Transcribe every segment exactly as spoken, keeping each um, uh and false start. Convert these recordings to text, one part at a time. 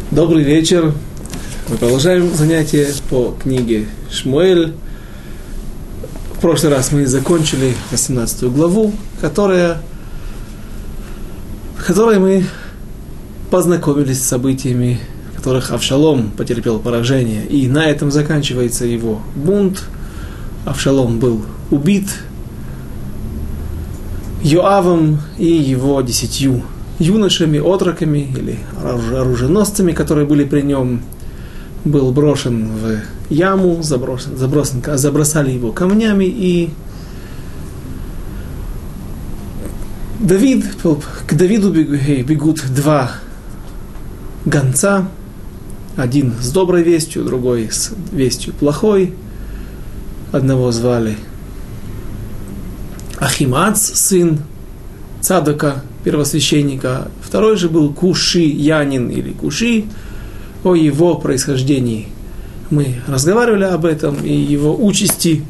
Добрый вечер. Мы продолжаем занятие по книге Шмуэль. В прошлый раз мы закончили восемнадцатую главу, которая, в которой мы познакомились с событиями, в которых Авшалом потерпел поражение. И на этом заканчивается его бунт. Авшалом был убит Йоавом и его десятью юношами, отроками или оруженосцами, которые были при нем. Был брошен в яму, заброшен, забросан, забросали его камнями, и Давид, к Давиду бегут два гонца, один с доброй вестью, другой с вестью плохой. Одного звали Ахимац, сын Цадока, первосвященника, второй же был Куши-янин или Куши. О его происхождении мы разговаривали об этом, и его участи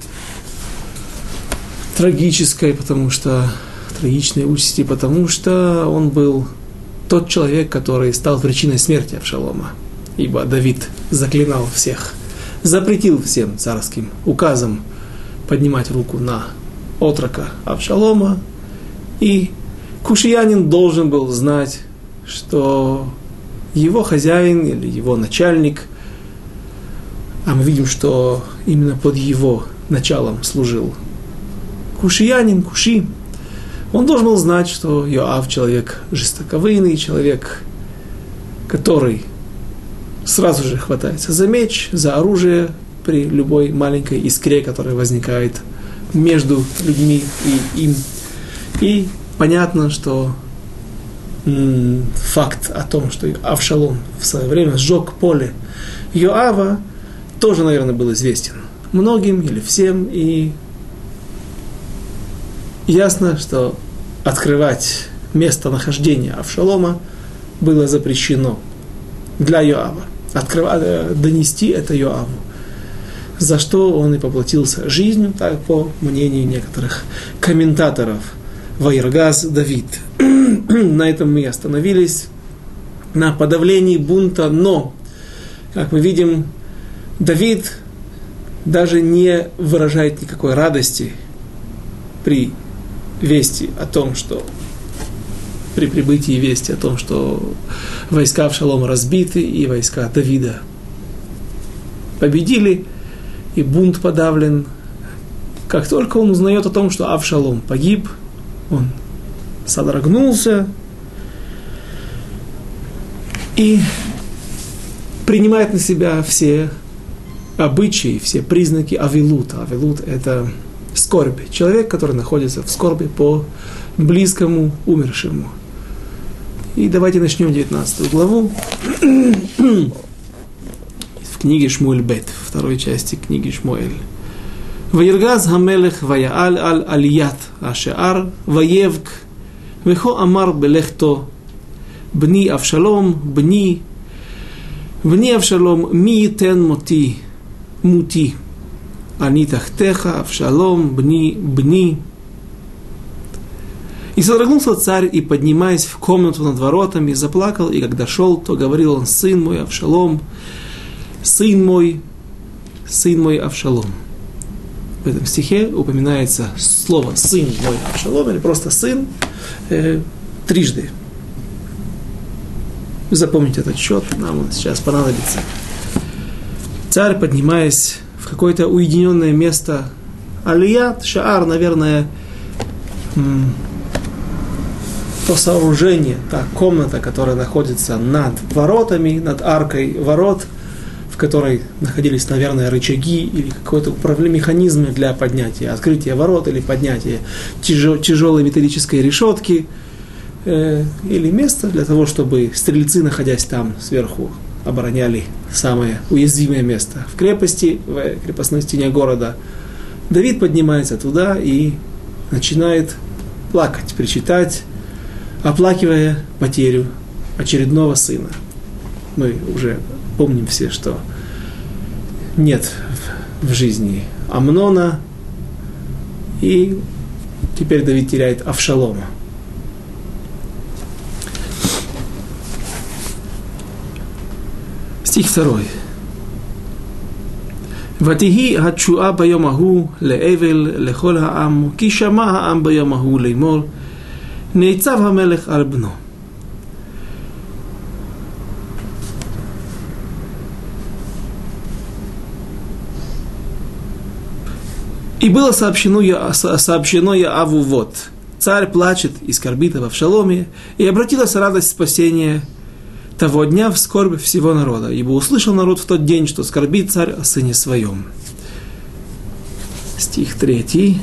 трагической, потому что трагичной участи, потому что он был тот человек, который стал причиной смерти Авшалома, ибо Давид заклинал всех, запретил всем царским указом поднимать руку на отрока Авшалома, и Кушиянин должен был знать, что его хозяин или его начальник, а мы видим, что именно под его началом служил Кушиянин, Куши, он должен был знать, что Йоав человек жестоковыйный, человек, который сразу же хватается за меч, за оружие при любой маленькой искре, которая возникает между людьми и им. И понятно, что м- факт о том, что Авшалом в свое время сжег поле Йоава, тоже, наверное, был известен многим или всем, и ясно, что открывать местонахождение Авшалома было запрещено для Йоава. Открывать, донести это Йоаву, за что он и поплатился жизнью, так по мнению некоторых комментаторов. Ваиргаз Давид. На этом мы остановились, на подавлении бунта, но, как мы видим, Давид даже не выражает никакой радости при вести о том, что при прибытии вести о том, что войска Авшалома разбиты и войска Давида победили, и бунт подавлен. Как только он узнает о том, что Авшалом погиб, он содрогнулся и принимает на себя все обычаи, все признаки авилута. Авилут – это скорбь. Человек, который находится в скорби по близкому умершему. И давайте начнем девятнадцатую главу в книге Шмуэль Бет, второй части книги Шмуэль. Ваиргаз Хамелех Ваяаль Аль Алият Ашеар Ваевк Вехо Амар Белехто Бни Авшалом Бни Бни Авшалом Ми Тен Моти Мути Ани Тахтеха Авшалом Бни Бни. И содрогнулся царь, и, поднимаясь в комнату над воротами, заплакал, и когда шел, то говорил он: сын мой Авшалом, сын мой, сын мой Авшалом. В этом стихе упоминается слово «сын мой Авшалом», или просто «сын» э, трижды. Запомните этот счет, нам он сейчас понадобится. Царь, поднимаясь в какое-то уединенное место, Алият, Шаар, наверное, м- то сооружение, та комната, которая находится над воротами, над аркой ворот, в которой находились, наверное, рычаги или какой-то управление механизмы для поднятия, открытия ворот или поднятия тяжел, тяжелой металлической решетки, э, или место для того, чтобы стрельцы, находясь там сверху, обороняли самое уязвимое место в крепости, в крепостной стене города. Давид поднимается туда и начинает плакать, причитать, оплакивая потерю очередного сына. Мы уже помним все, что нет в жизни Амнона, и теперь Давид теряет Авшалома. Стих второй. ותהי התשועה ביום ההוא לאבל לכל העם, כי שמע העם ביום ההוא לאמור, נעצב המלך על בנו. И было сообщено, сообщено Яаву вот. Царь плачет и скорбит об Авшаломе, и обратилась радость спасения того дня в скорбь всего народа, ибо услышал народ в тот день, что скорбит царь о сыне своем. Стих третий.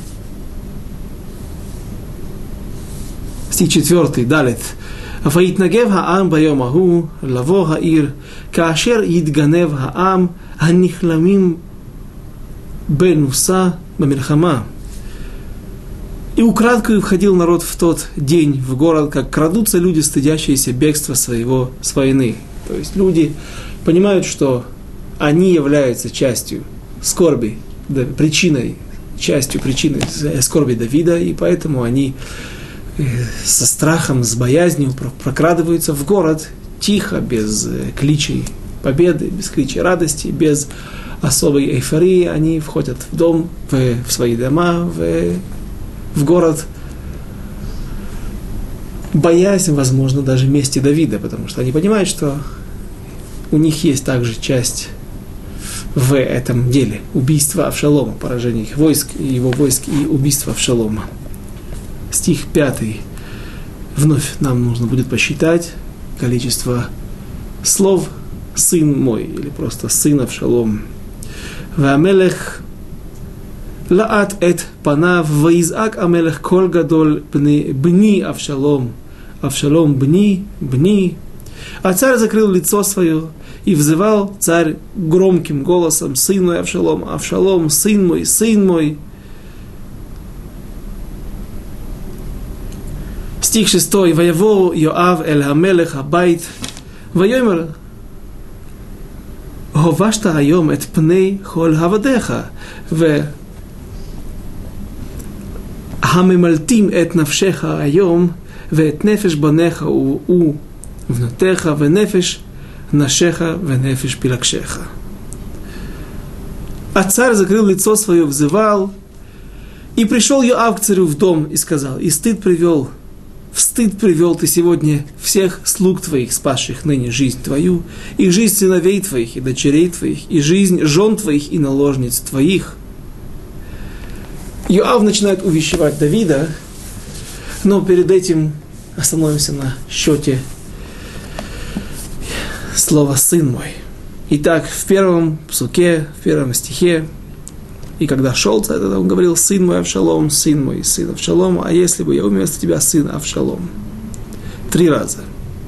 Стих четвертый. Далит. ויתנגב העם ביום ההוא לבוא העיר, כאשר יתגנב העם הנכלמים בנוסה במלחמה. И украдкою входил народ в тот день в город, как крадутся люди, стыдящиеся бегства своего, с войны. То есть люди понимают, что они являются частью скорби, да, причиной, частью причины скорби Давида, и поэтому они со страхом, с боязнью прокрадываются в город тихо, без кличей победы, без кличей радости, без особой эйфории. Они входят в дом, в, в свои дома, в в город, боясь, возможно, даже мести Давида, потому что они понимают, что у них есть также часть в этом деле. Убийство Авшалома, поражение их войск, и его войск, и убийство Авшалома. Стих пятый. Вновь нам нужно будет посчитать количество слов «сын мой» или просто «сын Авшалом». «Ваамелех лаат эт панав, ваизак амелех кол гадол бни Авшалом, Авшалом бни, бни». А царь закрыл лицо свое и взывал царь громким голосом: «Сын мой Авшалом, Авшалом, сын мой, сын мой». Стих шестой. «Ваявоу Йоав эль хамелех абайт, вайомер ховашта айом эт пней хол хавадеха, в הממלטים את נפשך היום, ואת נפש בניך ובנותיך, ונפש נשיך, ונפש פלגשיך». А царь закрыл лицо свое, взывал, и пришел Йоав к царю в дом и сказал: «И стыд привел, в стыд привел ты сегодня всех слуг твоих, спасших ныне жизнь твою, и жизнь сыновей твоих, и дочерей твоих, и жизнь жен твоих, и наложниц твоих». Йоав начинает увещевать Давида, но перед этим остановимся на счете слова «сын мой». Итак, в первом псуке, в первом стихе, и когда шел царь, тогда он говорил: «Сын мой Авшалом, сын мой, сын Авшалом, а если бы я вместо тебя сын Авшалом». Три раза.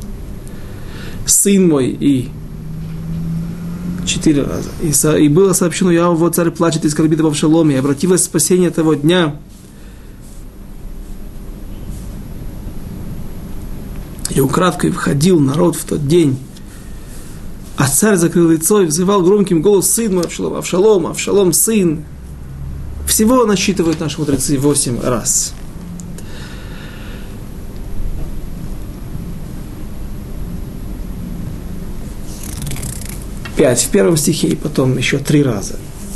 «Сын мой» и четыре раза. И, со, и было сообщено Йоаву: вот царь плачет и скорбит об Авшаломе, и обратилось спасение того дня. И украдкой входил народ в тот день. А царь закрыл лицо и взывал громким голосом: «Сын мой Авшалом, Авшалом, Авшалом, сын». Всего насчитывают наши мудрецы восемь раз. Пять в первом стихе, и потом еще три раза.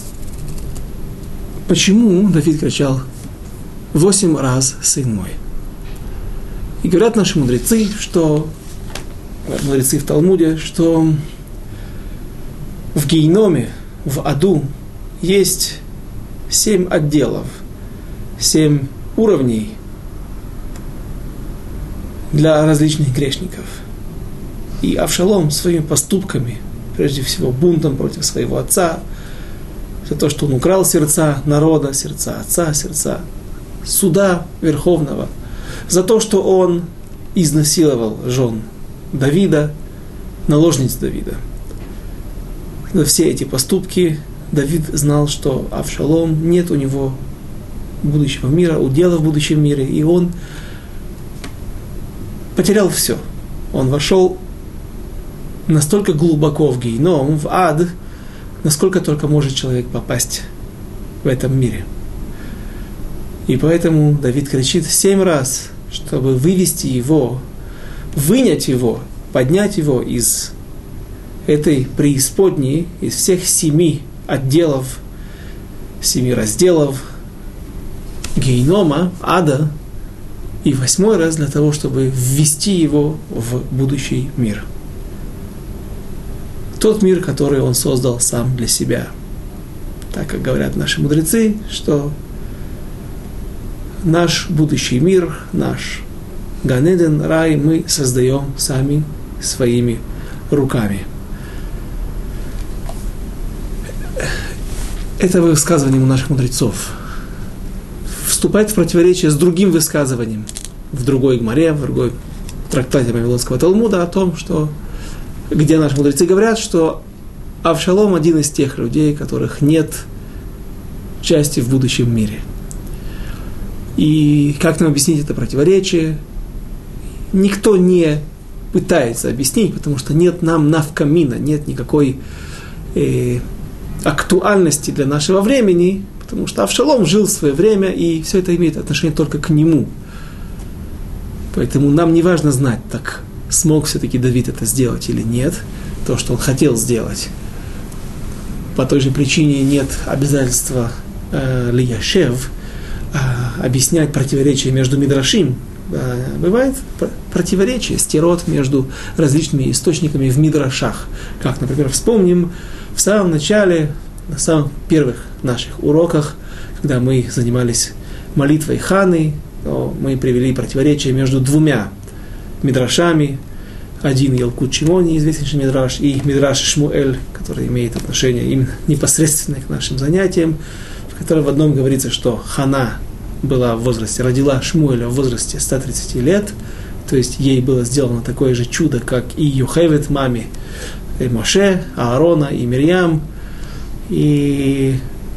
Почему Давид кричал восемь раз «сын мой»? И говорят наши мудрецы, что мудрецы в Талмуде, что в гейноме, в аду есть семь отделов, семь уровней для различных грешников. И Авшалом своими поступками, прежде всего бунтом против своего отца, за то, что он украл сердца народа, сердца отца, сердца суда верховного, за то, что он изнасиловал жен Давида, наложниц Давида. За все эти поступки Давид знал, что Авшалом нет у него будущего мира, удела в будущем мире, и он потерял все. Он вошел настолько глубоко в гейном, в ад, насколько только может человек попасть в этом мире. И поэтому Давид кричит семь раз, чтобы вывести его, вынять его, поднять его из этой преисподней, из всех семи отделов, семи разделов гейнома, ада, и восьмой раз для того, чтобы ввести его в будущий мир. Тот мир, который он создал сам для себя. Так как говорят наши мудрецы, что наш будущий мир, наш Ганеден, рай, мы создаем сами своими руками. Это высказывание у наших мудрецов вступает в противоречие с другим высказыванием в другой гмаре, в другой трактате Вавилонского Талмуда о том, что, где наши мудрецы говорят, что Авшалом один из тех людей, которых нет части в будущем мире. И как нам объяснить это противоречие? Никто не пытается объяснить, потому что нет нам навкамина, нет никакой э, актуальности для нашего времени, потому что Авшалом жил в свое время, и все это имеет отношение только к нему. Поэтому нам не важно знать, так смог все-таки Давид это сделать или нет, то, что он хотел сделать. По той же причине нет обязательства э, лияшев, э, объяснять противоречия между мидрашим. Э, бывает противоречие, стирот между различными источниками в мидрашах. Как, например, вспомним в самом начале, на самых первых наших уроках, когда мы занимались молитвой Ханы, мы привели противоречие между двумя мидрашами. Один Ялкут Шимони, известнейший мидраш, и мидраш Шмуэль, который имеет отношение именно непосредственно к нашим занятиям, в котором в одном говорится, что Хана была в возрасте, родила Шмуэля в возрасте ста тридцати лет, то есть ей было сделано такое же чудо, как и Йохевет, маме и Моше, Аарона и Мирьям. И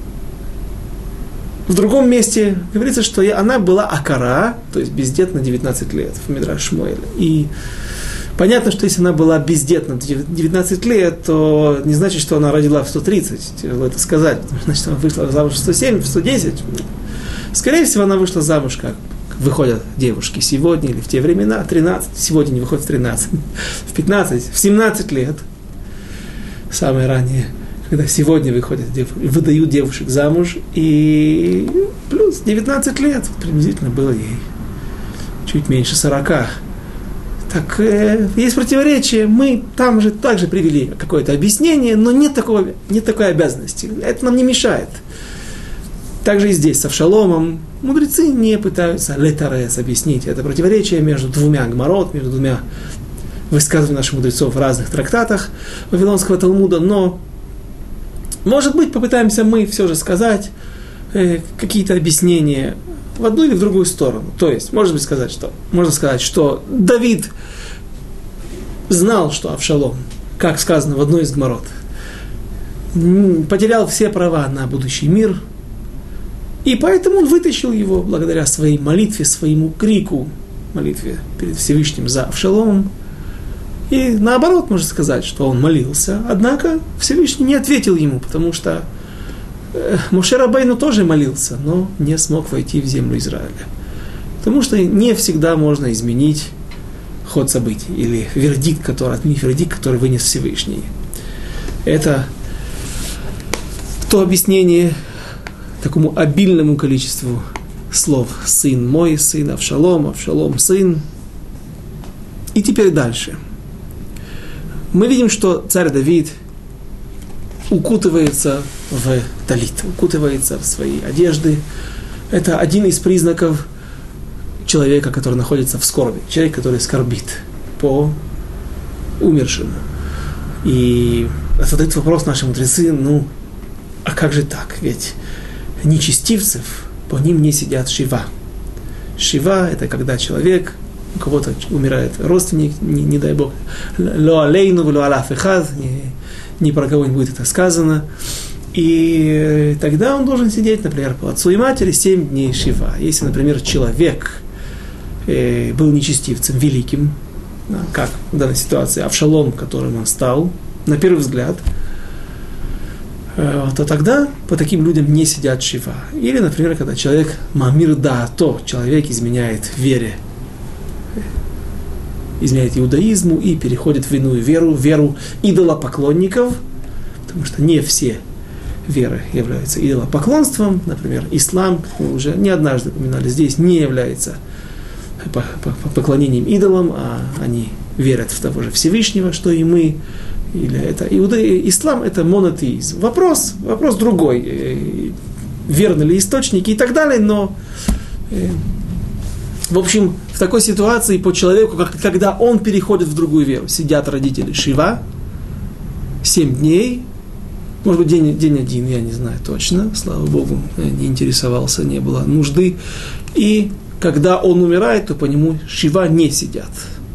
в другом месте говорится, что она была акара, то есть бездетна девятнадцать лет в мидраш Шмуэля. И понятно, что если она была бездетна девятнадцать лет, то не значит, что она родила в сто тридцать, тяжело это сказать, значит, она вышла замуж в сто семь, в сто десять. Скорее всего, она вышла замуж, как выходят девушки сегодня или в те времена, тринадцать, сегодня не выходит в тринадцать, в пятнадцать, в семнадцать лет, самое раннее, когда сегодня выходят, выдают девушек замуж, и плюс девятнадцать лет, приблизительно было ей чуть меньше сорока. Так, э, есть противоречие, мы там же также привели какое-то объяснение, но нет, такого, нет такой обязанности, это нам не мешает. Также и здесь, с Авшаломом, мудрецы не пытаются летарес объяснить это противоречие между двумя гмарот, между двумя высказываниями наших мудрецов в разных трактатах Вавилонского Талмуда, но, может быть, попытаемся мы все же сказать э, какие-то объяснения в одну или в другую сторону. То есть, можно быть сказать, что, можно сказать, что Давид знал, что Авшалом, как сказано в одной из гмарот, потерял все права на будущий мир, и поэтому он вытащил его благодаря своей молитве, своему крику, молитве перед Всевышним за Авшаломом. И наоборот, можно сказать, что он молился, однако Всевышний не ответил ему, потому что э, Моше Рабейну тоже молился, но не смог войти в землю Израиля. Потому что не всегда можно изменить ход событий, или вердикт, который, отменить вердикт, который вынес Всевышний. Это то объяснение такому обильному количеству слов. Сын мой, сын Авшалом, Авшалом сын. И теперь дальше. Мы видим, что царь Давид укутывается в талит, укутывается в свои одежды. Это один из признаков человека, который находится в скорби, человек, который скорбит по умершему. И задают вопрос наши мудрецы, ну, а как же так? Ведь нечестивцев, по ним не сидят шива. Шива – это когда человек, у кого-то умирает родственник, не, не дай Бог, ло алейну, ло аляф эхад, ни про кого не будет это сказано. И тогда он должен сидеть, например, по отцу и матери семь дней шива. Если, например, человек э, был нечестивцем, великим, да, как в данной ситуации Авшалом, которым он стал, на первый взгляд, то тогда по таким людям не сидят шива. Или, например, когда человек мамир да, то человек изменяет вере изменяет иудаизму и переходит в иную веру, веру идолопоклонников, потому что не все веры являются идолопоклонством. Например, ислам, мы уже не однажды упоминали здесь, не является поклонением идолам, а они верят в того же Всевышнего, что и мы. Или это иудаизм, ислам – это монотеизм. Вопрос, вопрос другой, верны ли источники и так далее, но в общем, в такой ситуации по человеку, как, когда он переходит в другую веру, сидят родители Шива, семь дней, может быть, день, день один, я не знаю точно, слава Богу, не интересовался, не было нужды. И когда он умирает, то по нему Шива не сидят.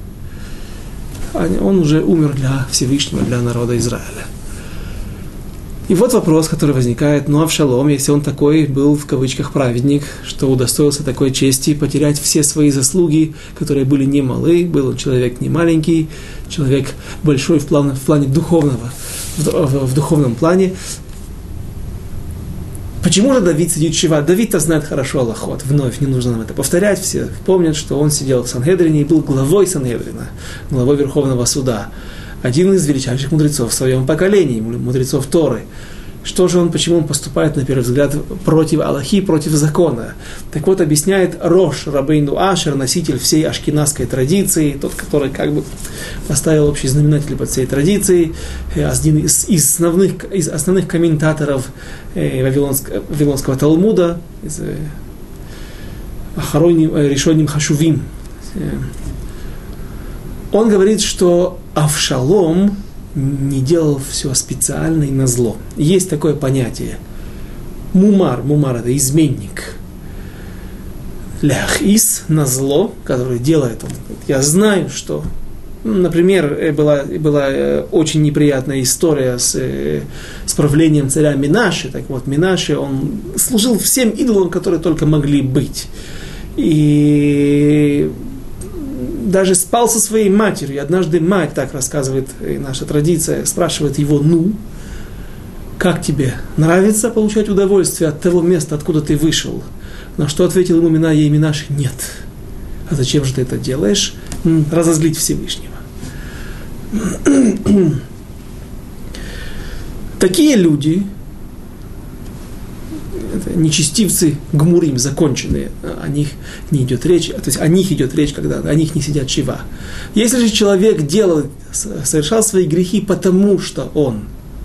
Он уже умер для Всевышнего, для народа Израиля. И вот вопрос, который возникает, ну Авшалом, если он такой был, в кавычках, праведник, что удостоился такой чести потерять все свои заслуги, которые были немалы, был он человек не маленький, человек большой в плане, в плане духовного, в, в, в духовном плане. Почему же Давид сидит Шива? Давид-то знает хорошо Аллахот, вновь, не нужно нам это повторять, все помнят, что он сидел в Сангедрине и был главой Сангедрина, главой Верховного Суда. Один из величайших мудрецов в своем поколении, мудрецов Торы. Что же он, почему он поступает, на первый взгляд, против Аллахи, против закона? Так вот, объясняет Рош Рабейну Ашер, носитель всей ашкеназской традиции, тот, который как бы поставил общий знаменатель под всей традицией, один из, из, основных, из основных комментаторов э, Вавилонского, Вавилонского Талмуда, из э, Ахароним, э, Решоним Хашувим. Он говорит, что Авшалом не делал все специально и назло. Есть такое понятие. Мумар. Мумар – это изменник. Ляхис – назло, который делает он. Я знаю, что... Например, была, была очень неприятная история с, с правлением царя Минаше. Так вот, Минаше, он служил всем идолам, которые только могли быть. И... даже спал со своей матерью. И однажды мать, так рассказывает наша традиция, спрашивает его: ну, как тебе? Нравится получать удовольствие от того места, откуда ты вышел? На что ответил ему Мина, ей Минаши: нет. А зачем же ты это делаешь? Разозлить Всевышнего. Такие люди, это нечестивцы гмурим, законченные, о них не идет речь, то есть о них идет речь, когда о них не сидят Шива. Если же человек делал, совершал свои грехи потому, что он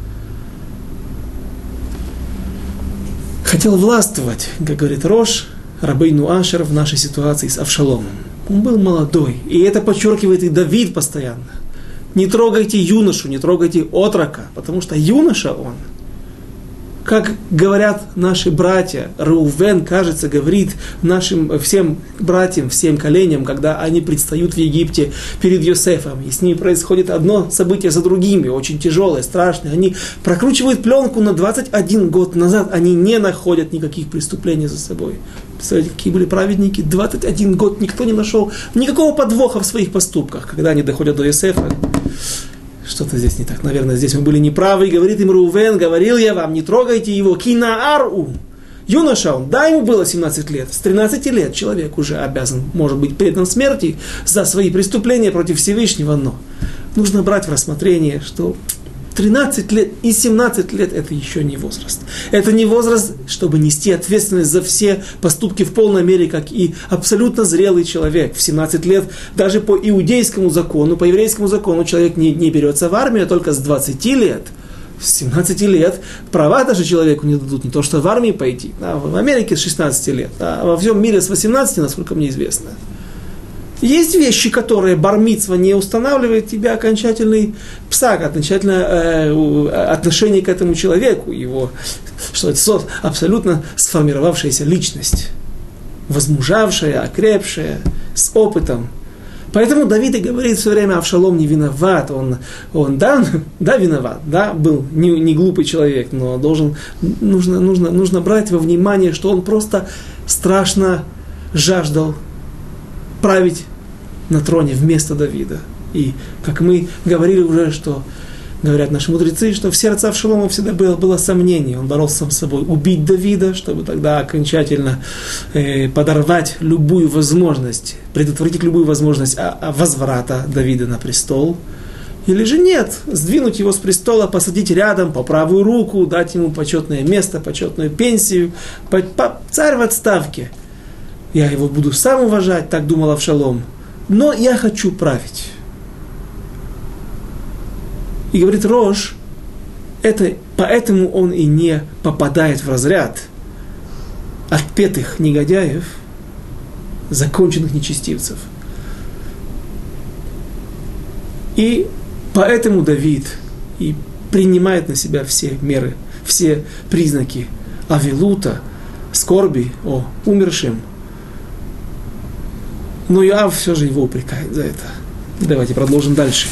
хотел властвовать, как говорит Рош Рабейну Ашер в нашей ситуации с Авшаломом. Он был молодой, и это подчеркивает и Давид постоянно. Не трогайте юношу, не трогайте отрока, потому что юноша он. Как говорят наши братья, Реувен, кажется, говорит нашим всем братьям, всем коленям, когда они предстают в Египте перед Йосефом, и с ними происходит одно событие за другими, очень тяжелое, страшное. Они прокручивают пленку на двадцать один год назад, они не находят никаких преступлений за собой. Представляете, какие были праведники? двадцать один год никто не нашел никакого подвоха в своих поступках. Когда они доходят до Йосефа, что-то здесь не так. Наверное, здесь мы были неправы. Говорит им Реувен: говорил я вам, не трогайте его. Кинаару. Юноша он, да, ему было семнадцать лет. С тринадцати лет человек уже обязан, может быть, предан смерти за свои преступления против Всевышнего. Но нужно брать в рассмотрение, что тринадцать лет и семнадцать лет – это еще не возраст. Это не возраст, чтобы нести ответственность за все поступки в полной мере, как и абсолютно зрелый человек. В семнадцать лет даже по иудейскому закону, по еврейскому закону человек не, не берется в армию, а только с двадцати лет. С семнадцати лет права даже человеку не дадут, не то что в армии пойти. А в Америке с шестнадцати лет, а во всем мире с восемнадцати, насколько мне известно. Есть вещи, которые бар-мицва не устанавливает тебе окончательный псак, окончательное э, отношение к этому человеку, его, что это абсолютно сформировавшаяся личность, возмужавшая, окрепшая, с опытом. Поэтому Давид и говорит все время: Авшалом не виноват, он, он да, да, виноват, да, был не, не глупый человек, но должен, нужно, нужно, нужно брать во внимание, что он просто страшно жаждал править на троне вместо Давида. И, как мы говорили уже, что Говорят наши мудрецы, что в сердце Авшалома всегда было, было сомнение. Он боролся сам с собой убить Давида, чтобы тогда окончательно э, подорвать любую возможность, предотвратить любую возможность а, а возврата Давида на престол. Или же нет, сдвинуть его с престола, посадить рядом по правую руку, дать ему почетное место, почетную пенсию, по, по, царь в отставке. Я его буду сам уважать, так думал Авшалом. Но я хочу править. И говорит Рош, это, поэтому он и не попадает в разряд отпетых негодяев, законченных нечестивцев. И поэтому Давид и принимает на себя все меры, все признаки авилута, скорби о умершем. Но Йоав все же его упрекает за это. Давайте продолжим дальше.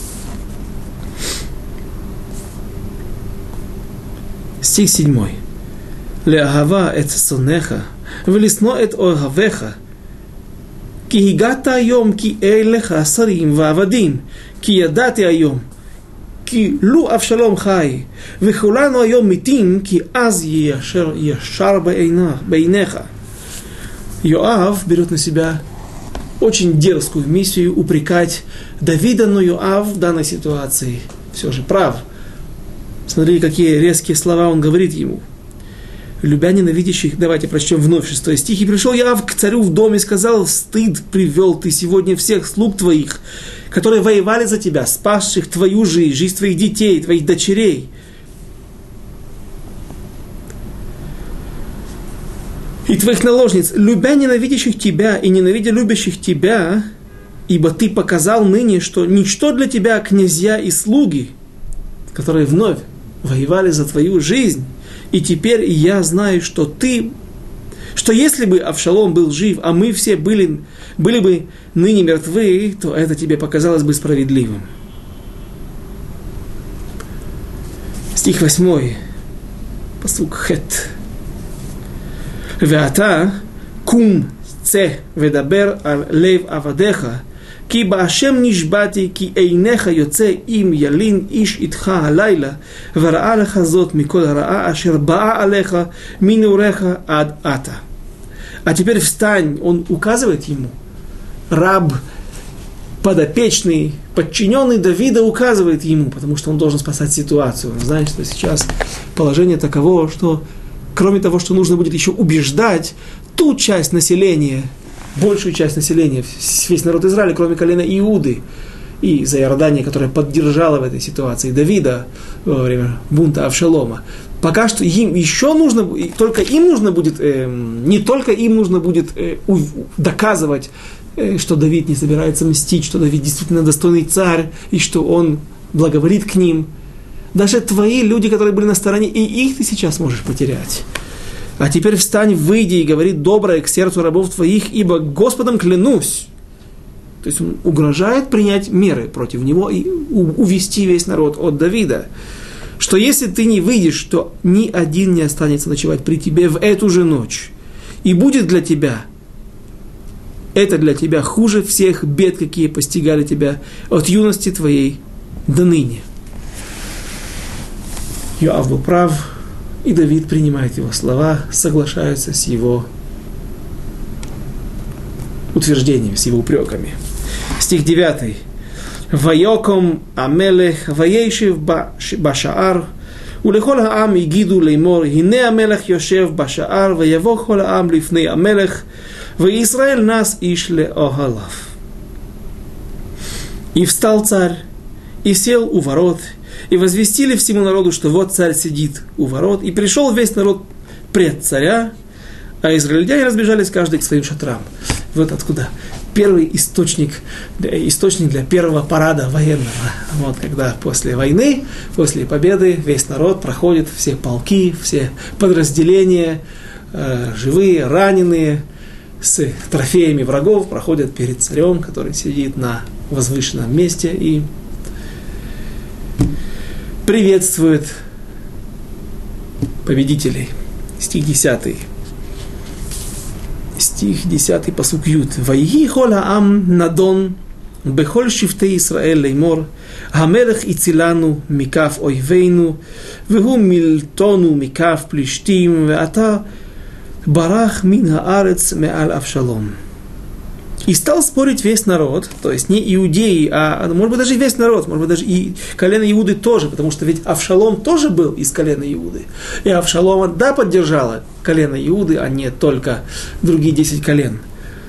Стих седьмой. Леагава эт сонеха, велесно эт огавеха, ки хигата айом ки эйлеха сарим ваавадим, ки ядати айом, ки лу Авшалом хай, וכולנו היום מתים, כי אז ישר, ישר בעיניך. Йоав берет на себя очень дерзкую миссию упрекать Давида, но Йоав в данной ситуации все же прав. Смотри, какие резкие слова он говорит ему. Любя ненавидящих, давайте прочтем вновь шестой стих. «И пришел Йоав к царю в дом и сказал: стыд привел ты сегодня всех слуг твоих, которые воевали за тебя, спасших твою жизнь, жизнь твоих детей, твоих дочерей. И твоих наложниц, любя ненавидящих тебя и ненавидя любящих тебя, ибо ты показал ныне, что ничто для тебя князья и слуги, которые вновь воевали за твою жизнь, и теперь я знаю, что ты, что если бы Авшалом был жив, а мы все были, были бы ныне мертвы, то это тебе показалось бы справедливым». Стих восьмой, пасук хет. «Веата кум це ведабер ал лев авадеха, כי בהשם נשבעתי כי עיניך יוצא אם ילין איש איתך הלילה וראה לך זאת מכל הרעה אשר באה עליך מנעוריך עד עתה». А теперь встань, он указывает ему, раб, подопечный, подчиненный Давида указывает ему, потому что он должен спасать ситуацию. Он знает, что сейчас положение таково, что кроме того, что нужно будет еще убеждать ту часть населения, большую часть населения, весь народ Израиля, кроме колена Иуды и за Иордания, которая поддержала в этой ситуации Давида во время бунта Авшалома. Пока что им еще нужно, только им нужно будет, э, не только им нужно будет э, у, доказывать, э, что Давид не собирается мстить, что Давид действительно достойный царь, и что он благоволит к ним. Даже твои люди, которые были на стороне, и их ты сейчас можешь потерять. А теперь встань, выйди и говори доброе к сердцу рабов твоих, ибо Господом клянусь. То есть он угрожает принять меры против него и увести весь народ от Давида. Что если ты не выйдешь, то ни один не останется ночевать при тебе в эту же ночь. И будет для тебя, это для тебя хуже всех бед, какие постигали тебя от юности твоей до ныне. Йоав был прав, и Давид принимает его слова, соглашается с его утверждениями, с его упреками. Стих девятый. «Вайоком амелех ваейшев башаар, улехол хаам игиду леймор, хине амелех йошев башаар, ваяво хол хаам лифней амелех, ваисраэль нас иш леохалав». И встал царь, и сел у ворот, и возвестили всему народу, что вот царь сидит у ворот, и пришел весь народ пред царя, а израильтяне разбежались каждый к своим шатрам. Вот откуда первый источник, источник для первого парада военного. Вот когда после войны, после победы весь народ проходит, все полки, все подразделения, э, живые, раненые, с трофеями врагов проходят перед царем, который сидит на возвышенном месте и приветствует победителей. Стих десятый. Стих десятый, пасук ют. «Вайги хол хаам надон бехол шифтей Исраэль леймор, Хамелех ицилану микав ойвейну, вегу мильтону микав плештим, веата барах мин хаарец меаль Авшалом. И стал спорить весь народ, то есть не иудеи, а, может быть, даже весь народ, может быть, даже и колено Иуды тоже, потому что ведь Авшалом тоже был из колена Иуды. И Авшалома, да, поддержала колено Иуды, а не только другие десять колен.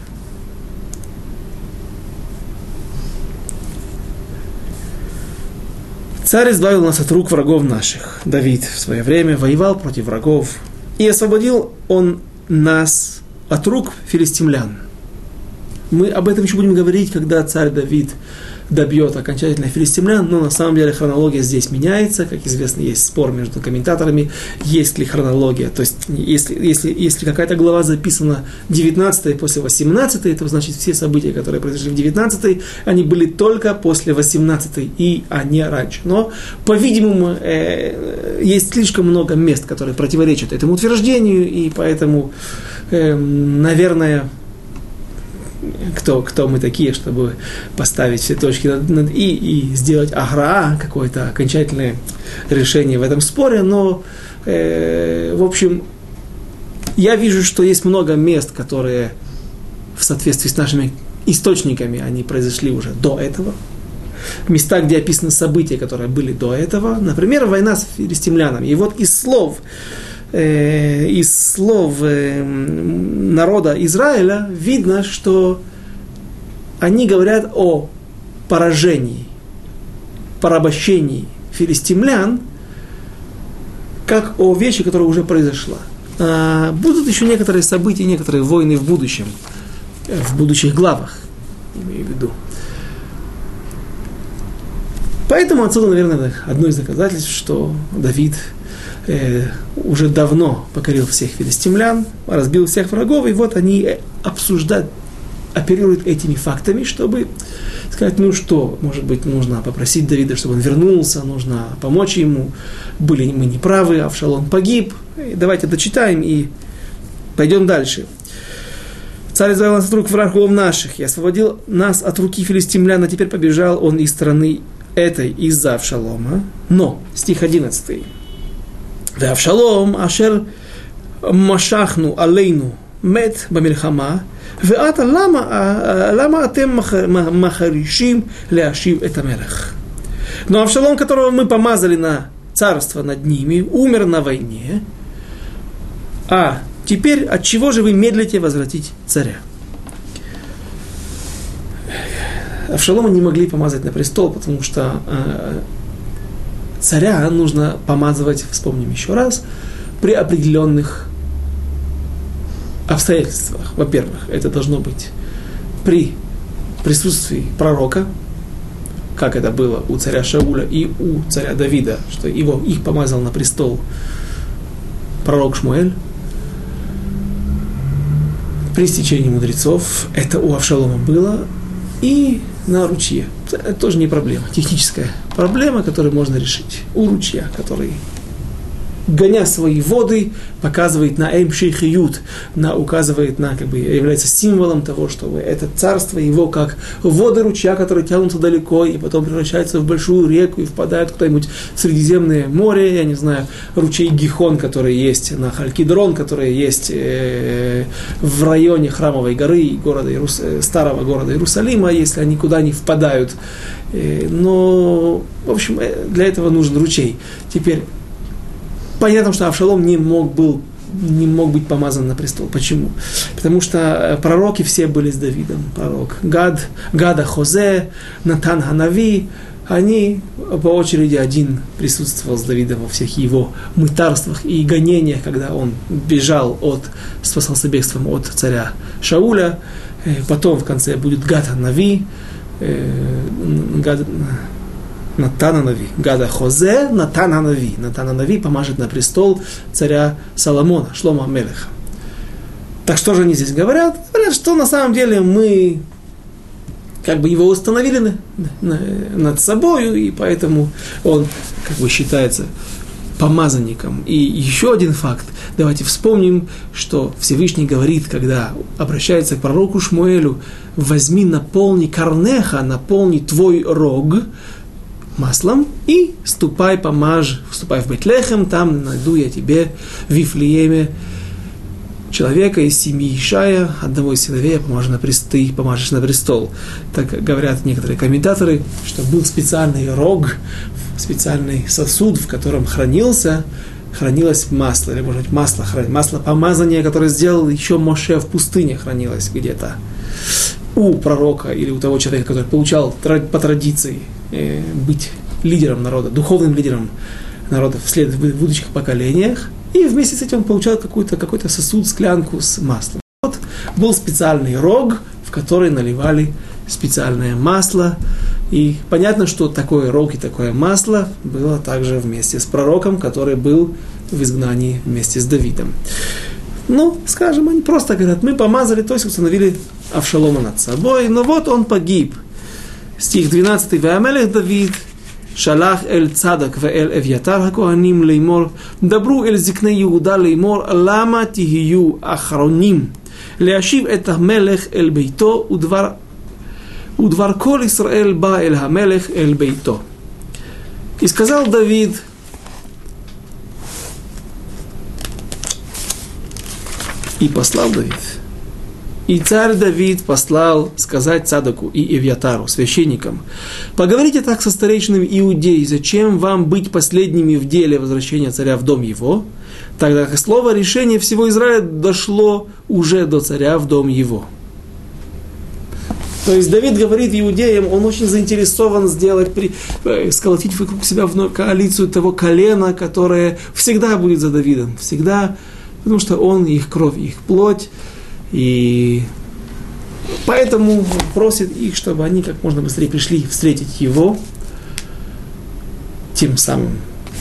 Царь избавил нас от рук врагов наших. Давид в свое время воевал против врагов. И освободил он нас от рук филистимлян. Мы об этом еще будем говорить, когда царь Давид добьет окончательно филистимлян, но на самом деле хронология здесь меняется. Как известно, есть спор между комментаторами, есть ли хронология. То есть, если, если, если какая-то глава записана девятнадцатой после восемнадцатой, то значит все события, которые произошли в девятнадцатой, они были только после восемнадцатой, и а не раньше. Но, по-видимому, э, есть слишком много мест, которые противоречат этому утверждению, и поэтому, э, наверное, Кто, кто мы такие, чтобы поставить все точки над, над «и» и сделать агра, какое-то окончательное решение в этом споре. Но, э, в общем, я вижу, что есть много мест, которые в соответствии с нашими источниками, они произошли уже до этого. Места, где описаны события, которые были до этого. Например, война с филистимлянами. И вот из слов... из слов народа Израиля видно, что они говорят о поражении, порабощении филистимлян, как о вещи, которая уже произошла. Будут еще некоторые события, некоторые войны в будущем, в будущих главах, имею в виду. Поэтому отсюда, наверное, одно из доказательств, что Давид уже давно покорил всех филистимлян, разбил всех врагов, и вот они обсуждают, оперируют этими фактами, чтобы сказать, ну что, может быть, нужно попросить Давида, чтобы он вернулся, нужно помочь ему, были мы неправы, Авшалом погиб, и давайте дочитаем и пойдем дальше. Царь избавил нас от рук врагов наших, и освободил нас от руки филистимлян, а теперь побежал он из страны этой из-за Авшалома. Но, стих одиннадцатый. ואבשלום אשר משכנו עלינו מת במלחמה, ועתה למה, למה אתם מחרישים להשיב את המלך? Но Авшалом, которого мы помазали на царство над ними, умер на войне, а теперь от чего же вы медлите возвратить царя? Авшалома не могли помазать на престол, потому что царя нужно помазывать, вспомним еще раз, при определенных обстоятельствах. Во-первых, это должно быть при присутствии пророка, как это было у царя Шауля и у царя Давида, что его, их помазал на престол пророк Шмуэль. При стечении мудрецов это у Авшалома было, и на ручье. Это тоже не проблема, техническая проблема, которую можно решить. У ручья, который, гоня свои воды, показывает на эмшейхиют, на, указывает на, как бы, является символом того, что это царство его, как воды ручья, которые тянутся далеко и потом превращаются в большую реку и впадают куда-нибудь в Средиземное море, я не знаю, ручей Гихон, который есть на Халькидрон, который есть э, в районе Храмовой горы, города Иерус... старого города Иерусалима, если они куда не впадают. Э, но, в общем, для этого нужен ручей. Теперь, понятно, что Авшалом не мог, был, не мог быть помазан на престол. Почему? Потому что пророки все были с Давидом. Пророк Гад, Гада Хозе, Натан Ханави, они по очереди один присутствовал с Давидом во всех его мытарствах и гонениях, когда он бежал от, спасался бегством от царя Шауля. Потом в конце будет Гад Ханави, Гад... Натан Ханави, Гада Хозе, Натан Ханави. Натан Ханави помажет на престол царя Соломона, Шломо Мелеха. Так что же они здесь говорят? Говорят, что на самом деле мы как бы его установили на, на, над собою, и поэтому он как бы считается помазанником. И еще один факт. Давайте вспомним, что Всевышний говорит, когда обращается к пророку Шмуэлю: возьми, наполни карнеха, наполни твой рог. маслом и ступай, помажь, вступай в Бейтлехем, там найду я тебе в Вифлееме человека из семьи Ишая, одного из сыновей, помажешь на престол, ты помажешь на престол. Так говорят некоторые комментаторы, что был специальный рог, специальный сосуд, в котором хранился, хранилось масло, или, может быть, масло, масло помазания, которое сделал еще Моше в пустыне, хранилось где-то у пророка или у того человека, который получал по традиции э, быть лидером народа, духовным лидером народа вслед в будущих поколениях, и вместе с этим он получал какой-то, какой-то сосуд, склянку с маслом. Вот был специальный рог, в который наливали специальное масло, и понятно, что такой рог и такое масло было также вместе с пророком, который был в изгнании вместе с Давидом. Ну, скажем, они просто говорят, мы помазали, то есть установили Авшалома над собой, но вот он погиб. Стих двенадцатый. «Веамелех Давид шалах эль цадак веэль эвьятар хакоаним леймор, дабру эль зикней Иуда леймор, лама тихию ахроним, להשיב את המלך אל ביתו, ודבר, ודבר כל ישראל בא אל המלך אל ביתו». И сказал Давид, и послал Давид, и царь Давид послал сказать Цадаку и Эвьятару, священникам: поговорите так со старейшинами иудеи, зачем вам быть последними в деле возвращения царя в дом его, тогда как слово решения всего Израиля дошло уже до царя в дом его. То есть Давид говорит иудеям, он очень заинтересован сделать, при, сколотить вокруг себя вновь коалицию того колена, которое всегда будет за Давидом, всегда, потому что он их кровь, их плоть, и поэтому просит их, чтобы они как можно быстрее пришли встретить его, тем самым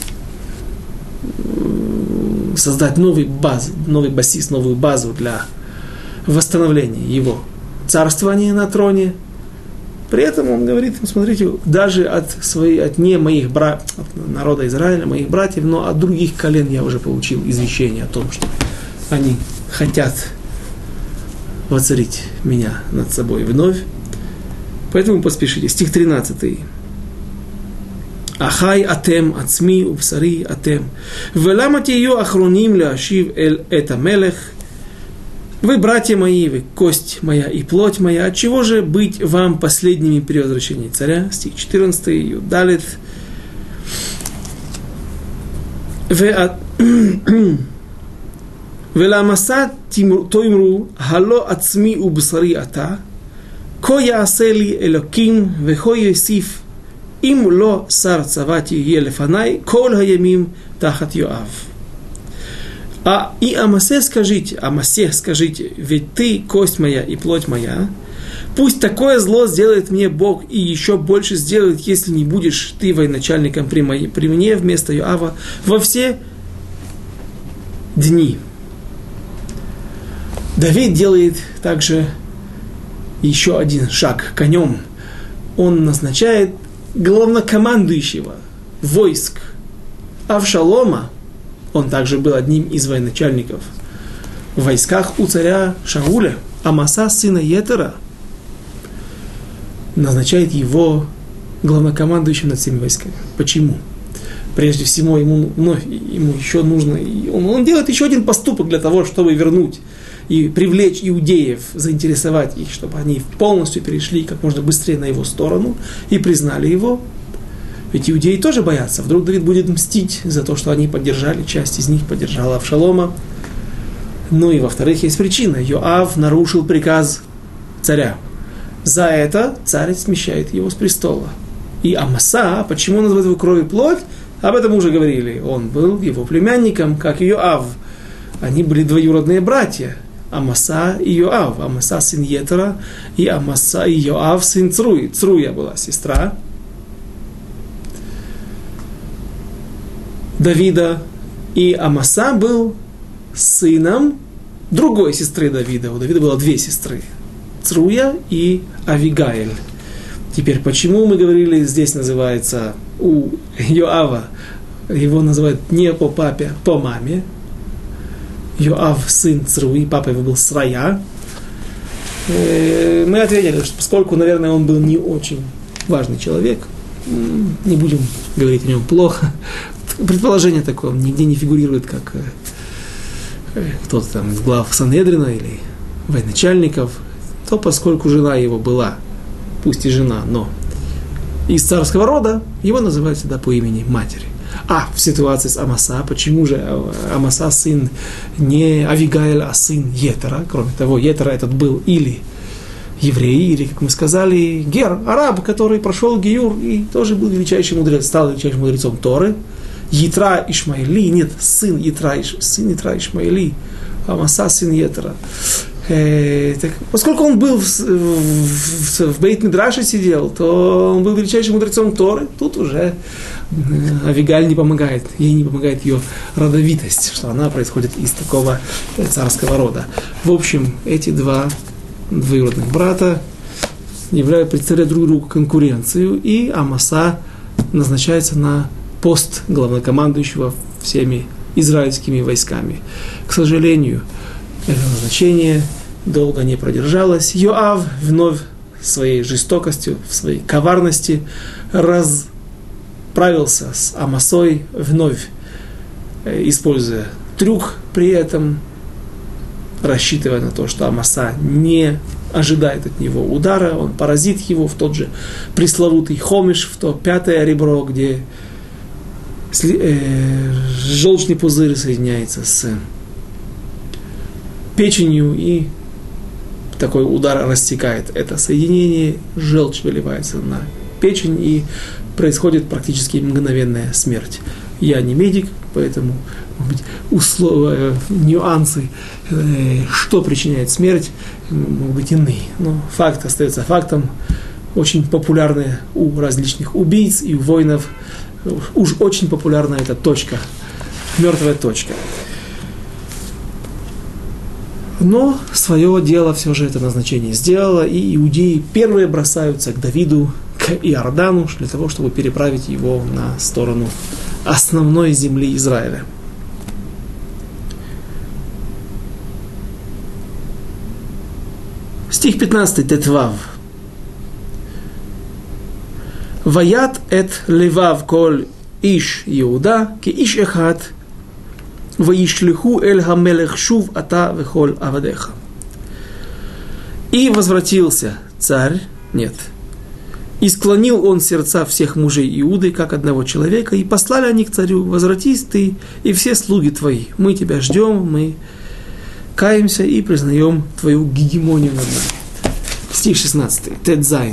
создать новый баз, новый басис, новую базу для восстановления его царствования на троне. При этом он говорит им, смотрите, даже от, своей, от не моих бра... от народа Израиля, моих братьев, но от других колен я уже получил извещение о том, что они хотят воцарить меня над собой вновь. Поэтому поспешите. Стих тринадцатый. Ахай атем ацми убсари атем. Велама тию ахроним ляшив эль эта мелех. Вы, братья мои, вы, кость моя и плоть моя, отчего же быть вам последними при возвращении царя? Стих четырнадцатый. Юдалит. ולמסע תאמרו, הלא עצמי ובשרי אתה, כה יעשה לי אלוקים וכה יוסיף, אם לא שר צבא תהיה לפניי, כל הימים תחת יואב. А и Амасе скажите, Амасе скажите, ведь ты, кость моя и плоть моя, пусть такое зло сделает мне Бог и еще больше сделает, если не будешь ты военачальником при, моей, при мне вместо Йоава во все дни. Давид делает также еще один шаг конем. Он назначает главнокомандующего войск Авшалома. Он также был одним из военачальников в войсках у царя Шауля, Амаса, сына Йетера. Назначает его главнокомандующим над всеми войсками. Почему? Прежде всего, ему, вновь, ему еще нужно... Он, он делает еще один поступок для того, чтобы вернуть и привлечь иудеев, заинтересовать их, чтобы они полностью перешли как можно быстрее на его сторону и признали его. Ведь иудеи тоже боятся. Вдруг Давид будет мстить за то, что они поддержали, часть из них поддержала Авшалома. Ну и во-вторых, есть причина. Йоав нарушил приказ царя. За это царь смещает его с престола. И Амаса, почему он называет его кровь и плоть? Об этом мы уже говорили. Он был его племянником, как и Йоав. Они были двоюродные братья. Амаса и Йоав. Амаса сын Йетера, и Амаса и Йоав сын Цруи. Цруя была сестра Давида. И Амаса был сыном другой сестры Давида. У Давида было две сестры. Цруя и Авигаэль. Теперь, почему мы говорили, здесь называется у Йоава, его называют не по папе, а по маме. Йоав сын Цруи, папа его был Срая. Мы ответили, что поскольку, наверное, он был не очень важный человек, не будем говорить о нем плохо. Предположение такое, он нигде не фигурирует, как кто-то там из глав Сангедрина или военачальников, то поскольку жена его была, пусть и жена, но из царского рода, его называют всегда по имени матери. А в ситуации с Амаса, почему же Амаса сын не Авигаэль, а сын Етера? Кроме того, Етера этот был или еврей, или, как мы сказали, гер, араб, который прошел гиюр и тоже был величайшим мудрецом, стал величайшим мудрецом Торы. Ятра Ишмаили, нет, сын Ятра, сын Ятра Ишмаили, Амаса сын Етера. Э, так, поскольку он был в, в, в Бейт-Мидраше сидел, то он был величайшим мудрецом Торы. Тут уже Авигаль не помогает, ей не помогает ее родовитость, что она происходит из такого царского рода. В общем, эти два двоюродных брата являют, представляют друг другу конкуренцию, и Амаса назначается на пост главнокомандующего всеми израильскими войсками. К сожалению, это назначение долго не продержалось. Йоав вновь своей жестокостью, в своей коварности расправился с Амасой, вновь используя трюк, при этом рассчитывая на то, что Амаса не ожидает от него удара, он поразит его в тот же пресловутый хомиш, в то пятое ребро, где э, желчный пузырь соединяется с печенью, и такой удар рассекает это соединение, желчь выливается на печень, и происходит практически мгновенная смерть. Я не медик, поэтому, может быть, условия, нюансы, э, что причиняет смерть, могут быть иные. Но факт остается фактом. Очень популярная у различных убийц и у воинов. Уж очень популярна эта точка, мертвая точка. Но свое дело все же это назначение сделало, и иудеи первые бросаются к Давиду, к Иордану, для того, чтобы переправить его на сторону основной земли Израиля. Стих пятнадцатый, Тетвав. Ваят эт левав коль иш Иуда, ки иш эхат, ваишлиху эль хамелех шув ата вехоль авадеха. И возвратился царь, нет, и склонил он сердца всех мужей Иуды, как одного человека, и послали они к царю: возвратись ты и все слуги твои, мы тебя ждем, мы каемся и признаем твою гегемонию над нами. Стих шестнадцатый, Тедзайн.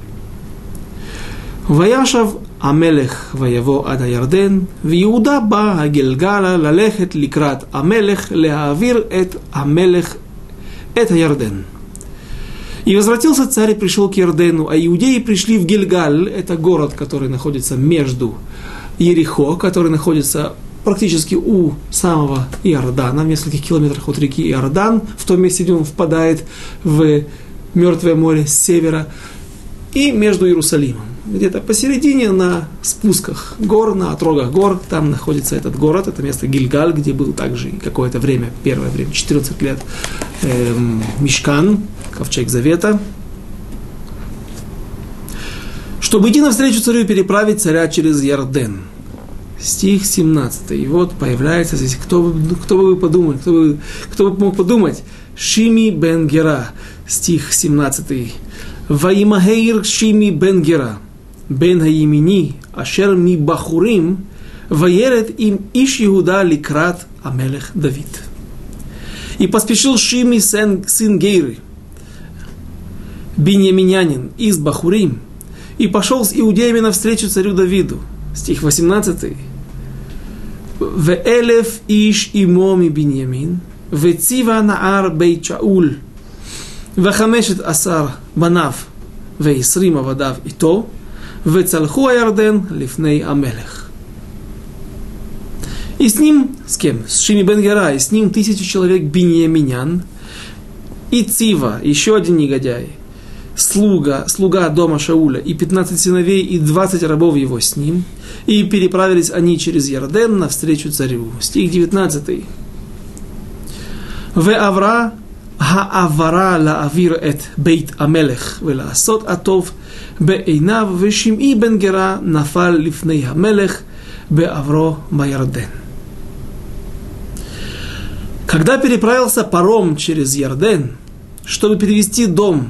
Ваяшав המלך ויבוא עד הירדן, ויהודה בא הגלגלה ללכת לקראת המלך להעביר את המלך את הירדן. И возвратился царь и пришел к Ярдену, а иудеи пришли в Гильгаль, это город, который находится между Ерихо, который находится практически у самого Иордана, в нескольких километрах от реки Иордан, в том месте, где он впадает в Мертвое море с севера, и между Иерусалимом. Где-то посередине, на спусках гор, на отрогах гор, там находится этот город, это место Гильгаль, где был также какое-то время, первое время, четырнадцать лет, эм, Мишкан, ковчег Завета. Чтобы идти навстречу царю и переправить царя через Ярден. Стих семнадцатый. И вот появляется здесь, кто бы, кто бы вы подумали, кто бы, кто бы мог подумать, Шими бен Гера, стих семнадцатый. Ваимахейр Шими бен Гера, бен Хаимини, ашер ми бахурим, ваерет им иш Иуда ликрат амелех Давид. И поспешил Шими сын Гейры, биньяминянин из Бахурим, и пошел с иудеями навстречу царю Давиду. Стих восемнадцатый. Веэлев иш имо ми биньямин, вецива наар бейт Шауль, вехамешет асар банав, веисрим авадав ито, вецалху аярден лифней амелех. И с ним, с кем? С Шими бен Гера, и с ним тысячу человек биньяминян, и Цива, еще один негодяй, слуга, слуга дома Шауля, и пятнадцать сыновей, и двадцать рабов его с ним, и переправились они через Ярден навстречу царю. Стих девятнадцатый. Ве авра העברה להעביר את בית המלך ולעשות הטוב בעיניו, ושמעי בן גרה נפל לפני המלך בעברו בירден. Когда переправился паром через Ярден, чтобы перевести дом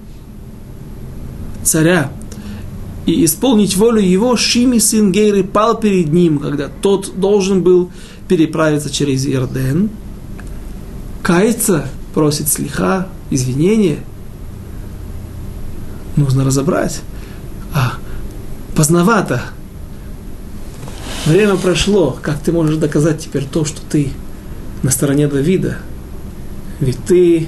царя и исполнить волю его, Шими, сын Гейры, пал перед ним, когда тот должен был переправиться через Ярден. Кается, просит слиха, извинения. Нужно разобрать. А, поздновато. Время прошло. Как ты можешь доказать теперь то, что ты на стороне Давида? Ведь ты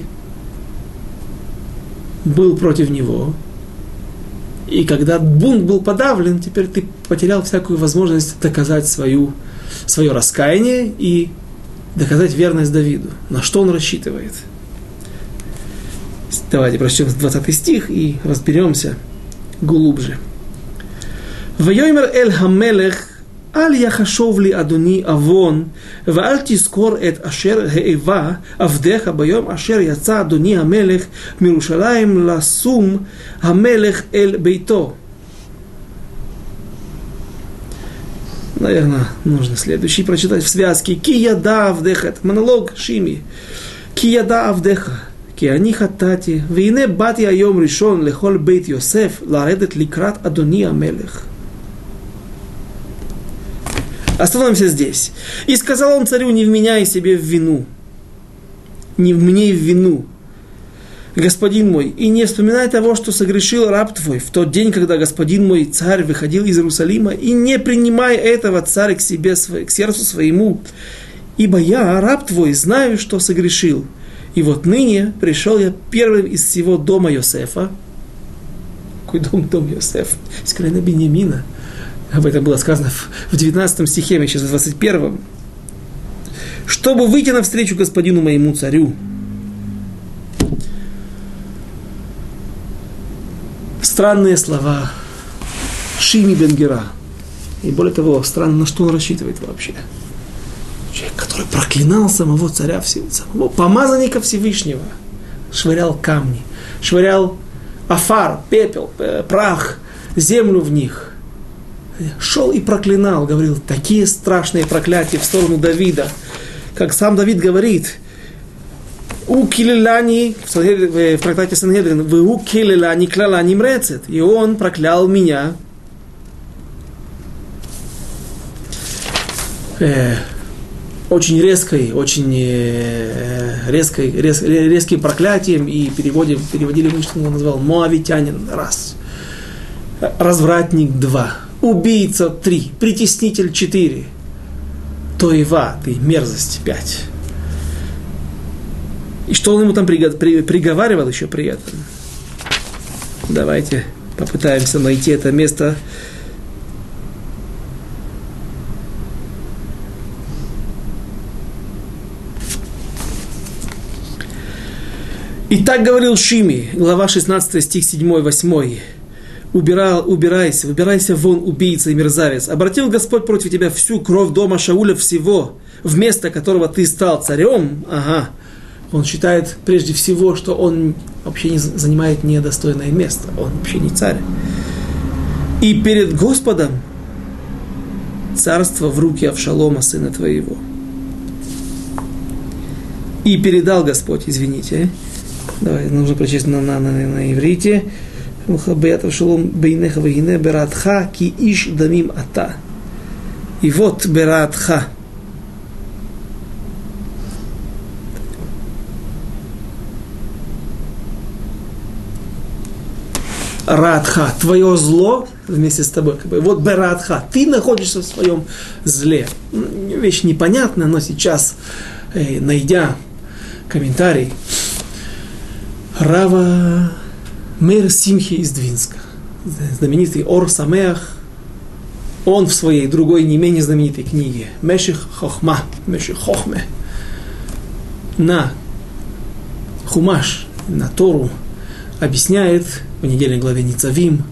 был против него. И когда бунт был подавлен, теперь ты потерял всякую возможность доказать свою, свое раскаяние и доказать верность Давиду. На что он рассчитывает? Давайте прочтем двадцатый стих и разберемся глубже. «Вайомер эль хамелех אל יחשוב לי אדוני עוון, ואל תזכור את אשר האבה עבדך ביום אשר יצא אדוני המלך מירושלים לשום המלך אל ביתו». Наверное, нужно следующий прочитать в связке. «Ки яда авдеха». Это монолог Шими. «Ки яда авдеха, ки ани хатати, вейне бати айом ришон лехол бейт Йосеф ларедет ликрат адони амелех». Остановимся здесь. «И сказал он царю, не вменяй себе в вину, не мне в вину, господин мой, и не вспоминай того, что согрешил раб твой в тот день, когда господин мой царь выходил из Иерусалима, и не принимай этого, царь, к себе, к сердцу своему, ибо я, раб твой, знаю, что согрешил. И вот ныне пришел я первым из всего дома Йосефа». Какой дом, дом Йосефа? Из колена Беньямина. Об этом было сказано в девятнадцатом стихе, мы сейчас в двадцать первом. «Чтобы выйти навстречу господину моему царю». Странные слова Шими бен Гера. И более того, странно, на что он рассчитывает вообще. Человек, который проклинал самого царя, самого помазанника Всевышнего. Швырял камни, швырял афар, пепел, прах, землю в них. Шел и проклинал, говорил такие страшные проклятия в сторону Давида. Как сам Давид говорит, «У килелани», в трактате Сангедрин, «Вы у килелани клалани мрецет», и он проклял меня. Э, очень резкой, очень э, резкой, рез, резким проклятием, и переводим, переводили мы, что он назвал «Моавитянин» раз, «Развратник» два, «Убийца» три, «Притеснитель» четыре, «Тоева» ты, «Мерзость» пять. И что он ему там приговаривал еще при этом? Давайте попытаемся найти это место. И так говорил Шими, глава шестнадцатая, стих седьмой-восьмой. Убирал, убирайся, выбирайся вон, убийца и мерзавец. Обратил Господь против тебя всю кровь дома Шауля всего, вместо которого ты стал царем. Ага. Он считает прежде всего, что он вообще не занимает недостойное место. Он вообще не царь. И перед Господом царство в руки Авшалома, сына твоего. И передал Господь, извините. Давай, нужно прочесть на, на, на, на иврите. И вот Бератха. Радха, твое зло вместе с тобой. Вот Бератха, ты находишься в своем зле. Вещь непонятная, но сейчас, э, найдя комментарий Рава Мейр Симхи из Двинска, знаменитый Ор Самеах, он в своей другой, не менее знаменитой книге Меших Хохма, Меших Хохме, на Хумаш, на Тору, объясняет в недельной главе Ницавим,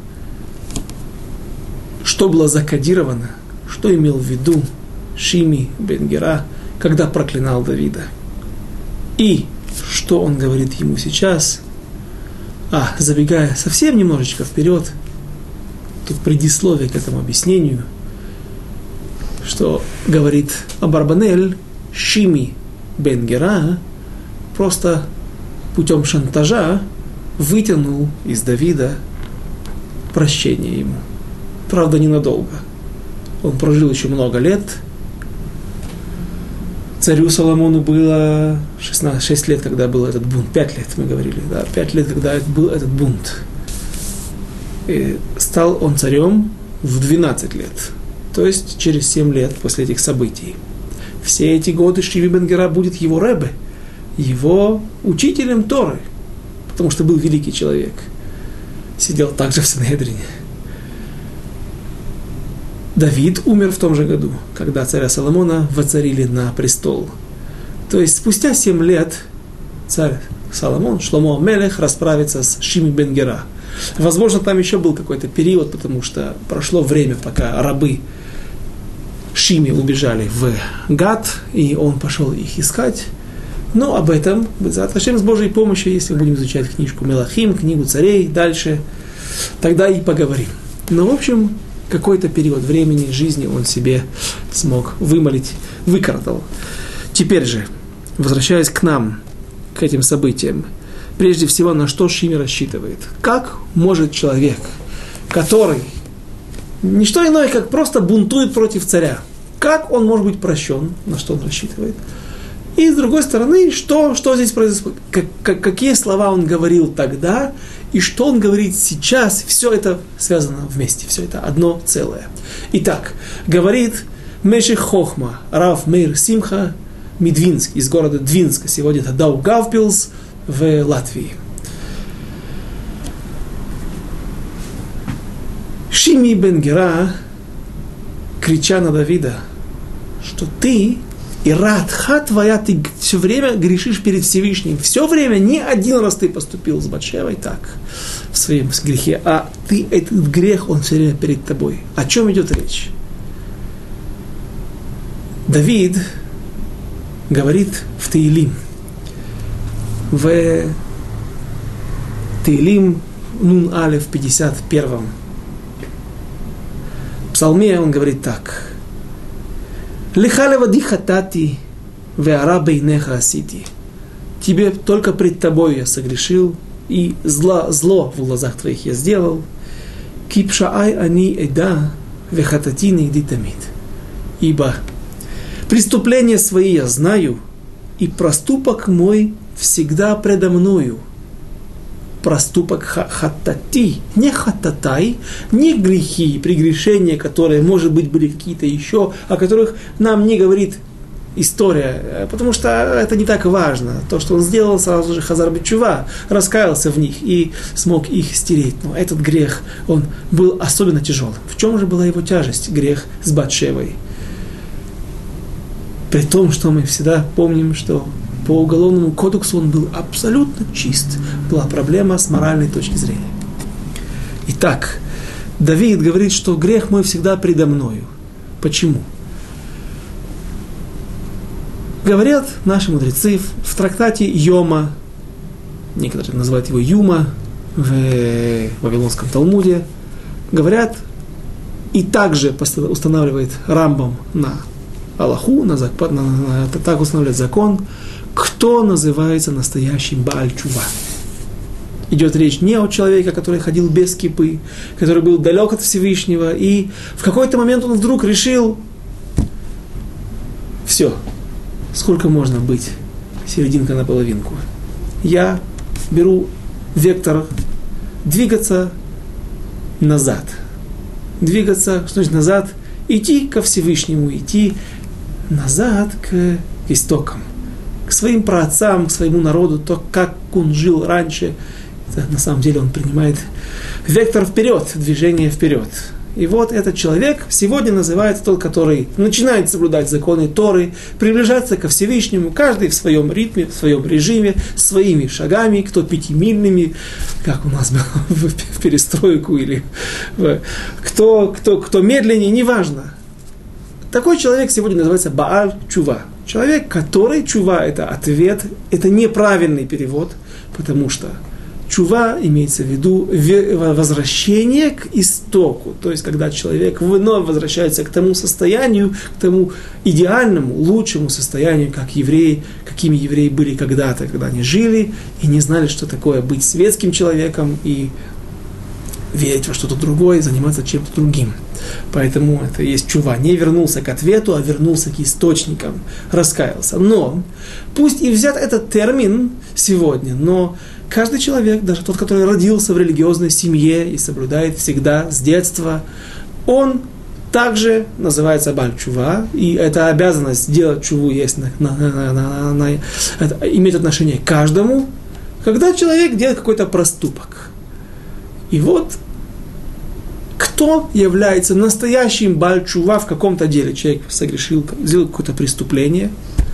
что было закодировано, что имел в виду Шими бен Гера, когда проклинал Давида. И что что он говорит ему сейчас. А, забегая совсем немножечко вперед, тут предисловие к этому объяснению, что говорит Абарбанель, Шими бен Гера просто путем шантажа вытянул из Давида прощение ему. Правда, ненадолго. Он прожил еще много лет. Царю Соломону было шестнадцать, шесть лет, когда был этот бунт. пять лет, мы говорили, да, пять лет, когда был этот бунт. И стал он царем в двенадцать лет. То есть через семь лет после этих событий. Все эти годы Шими бен Гера будет его ребе, его учителем Торы, потому что был великий человек. Сидел также в Синедрине. Давид умер в том же году, когда царя Соломона воцарили на престол. То есть спустя семь лет царь Соломон, Шломо Мелех, расправится с Шими бен Гера. Возможно, там еще был какой-то период, потому что прошло время, пока рабы Шими убежали в Гат, и он пошел их искать. Но об этом, зачем с Божьей помощью, если мы будем изучать книжку Мелахим, книгу царей, дальше, тогда и поговорим. Но, в общем, какой-то период времени жизни он себе смог вымолить, выкоротал. Теперь же, возвращаясь к нам, к этим событиям, прежде всего, на что Шими рассчитывает? Как может человек, который не что иное, как просто бунтует против царя, как он может быть прощен, на что он рассчитывает? И с другой стороны, что, что здесь происходит? Как, как, какие слова он говорил тогда, и что он говорит сейчас, все это связано вместе, все это одно целое. Итак, говорит Меших Хохма, Рав Мейр Симха Медвинск, из города Двинска, сегодня это Даугавпилс в Латвии. Шими бен Гера, крича на Давида, что ты, иратха твоя, ты все время грешишь перед Всевышним, все время, не один раз ты поступил с Батшевой так, в своем грехе, а ты, этот грех, он все время перед тобой. О чем идет речь? Давид говорит в Теилим, в Теилим Нун Алеф пятьдесят первом псалме он говорит так: «Леха левади хатати, веара бейнеха асити». Тебе только пред тобой я согрешил, и зло, зло в глазах твоих я сделал. «Ки пшаай ани эда, вехатати нигди тамид». Ибо преступления свои я знаю, и проступок мой всегда предо мною. Проступок хаттати, не хаттатай, не грехи, прегрешения, которые, может быть, были какие-то еще, о которых нам не говорит история, потому что это не так важно. То, что он сделал, сразу же Хазар бет-тшува, раскаялся в них и смог их стереть. Но этот грех, он был особенно тяжелым. В чем же была его тяжесть, грех с Батшевой? При том, что мы всегда помним, что по уголовному кодексу он был абсолютно чист. Была проблема с моральной точки зрения. Итак, Давид говорит, что грех мой всегда предо мною. Почему? Говорят наши мудрецы в трактате Йома, некоторые называют его Юма, в Вавилонском Талмуде, говорят, и также устанавливает Рамбам на Аллаху, на, на, на, так устанавливает закон, кто называется настоящим Бааль-Чува. Идет речь не о человеке, который ходил без кипы, который был далек от Всевышнего, и в какой-то момент он вдруг решил, все, сколько можно быть, серединка на половинку. Я беру вектор двигаться назад. Двигаться, что значит назад? Идти ко Всевышнему, идти назад к, к истокам, к своим праотцам, к своему народу, то, как он жил раньше. Это, на самом деле он принимает вектор вперед, движение вперед. И вот этот человек сегодня называется тот, который начинает соблюдать законы Торы, приближаться ко Всевышнему, каждый в своем ритме, в своем режиме, своими шагами, кто пятимильными, как у нас было в перестройку, или кто, кто, кто медленнее, неважно. Такой человек сегодня называется Бааль Чува. Человек, который, чува – это ответ, это неправильный перевод, потому что чува имеется в виду возвращение к истоку. То есть, когда человек вновь возвращается к тому состоянию, к тому идеальному, лучшему состоянию, как евреи, какими евреи были когда-то, когда они жили и не знали, что такое быть светским человеком и верить во что-то другое, заниматься чем-то другим. Поэтому это есть чува. Не вернулся к ответу, а вернулся к источникам, раскаялся. Но, пусть и взят этот термин сегодня, но каждый человек, даже тот, который родился в религиозной семье и соблюдает всегда с детства, он также называется Бааль Чува, и эта обязанность делать чуву есть на, на, на, на, на, это имеет отношение к каждому, когда человек делает какой-то проступок. И вот, кто является настоящим Бааль Чува в каком-то деле? Человек согрешил, сделал какое-то преступление.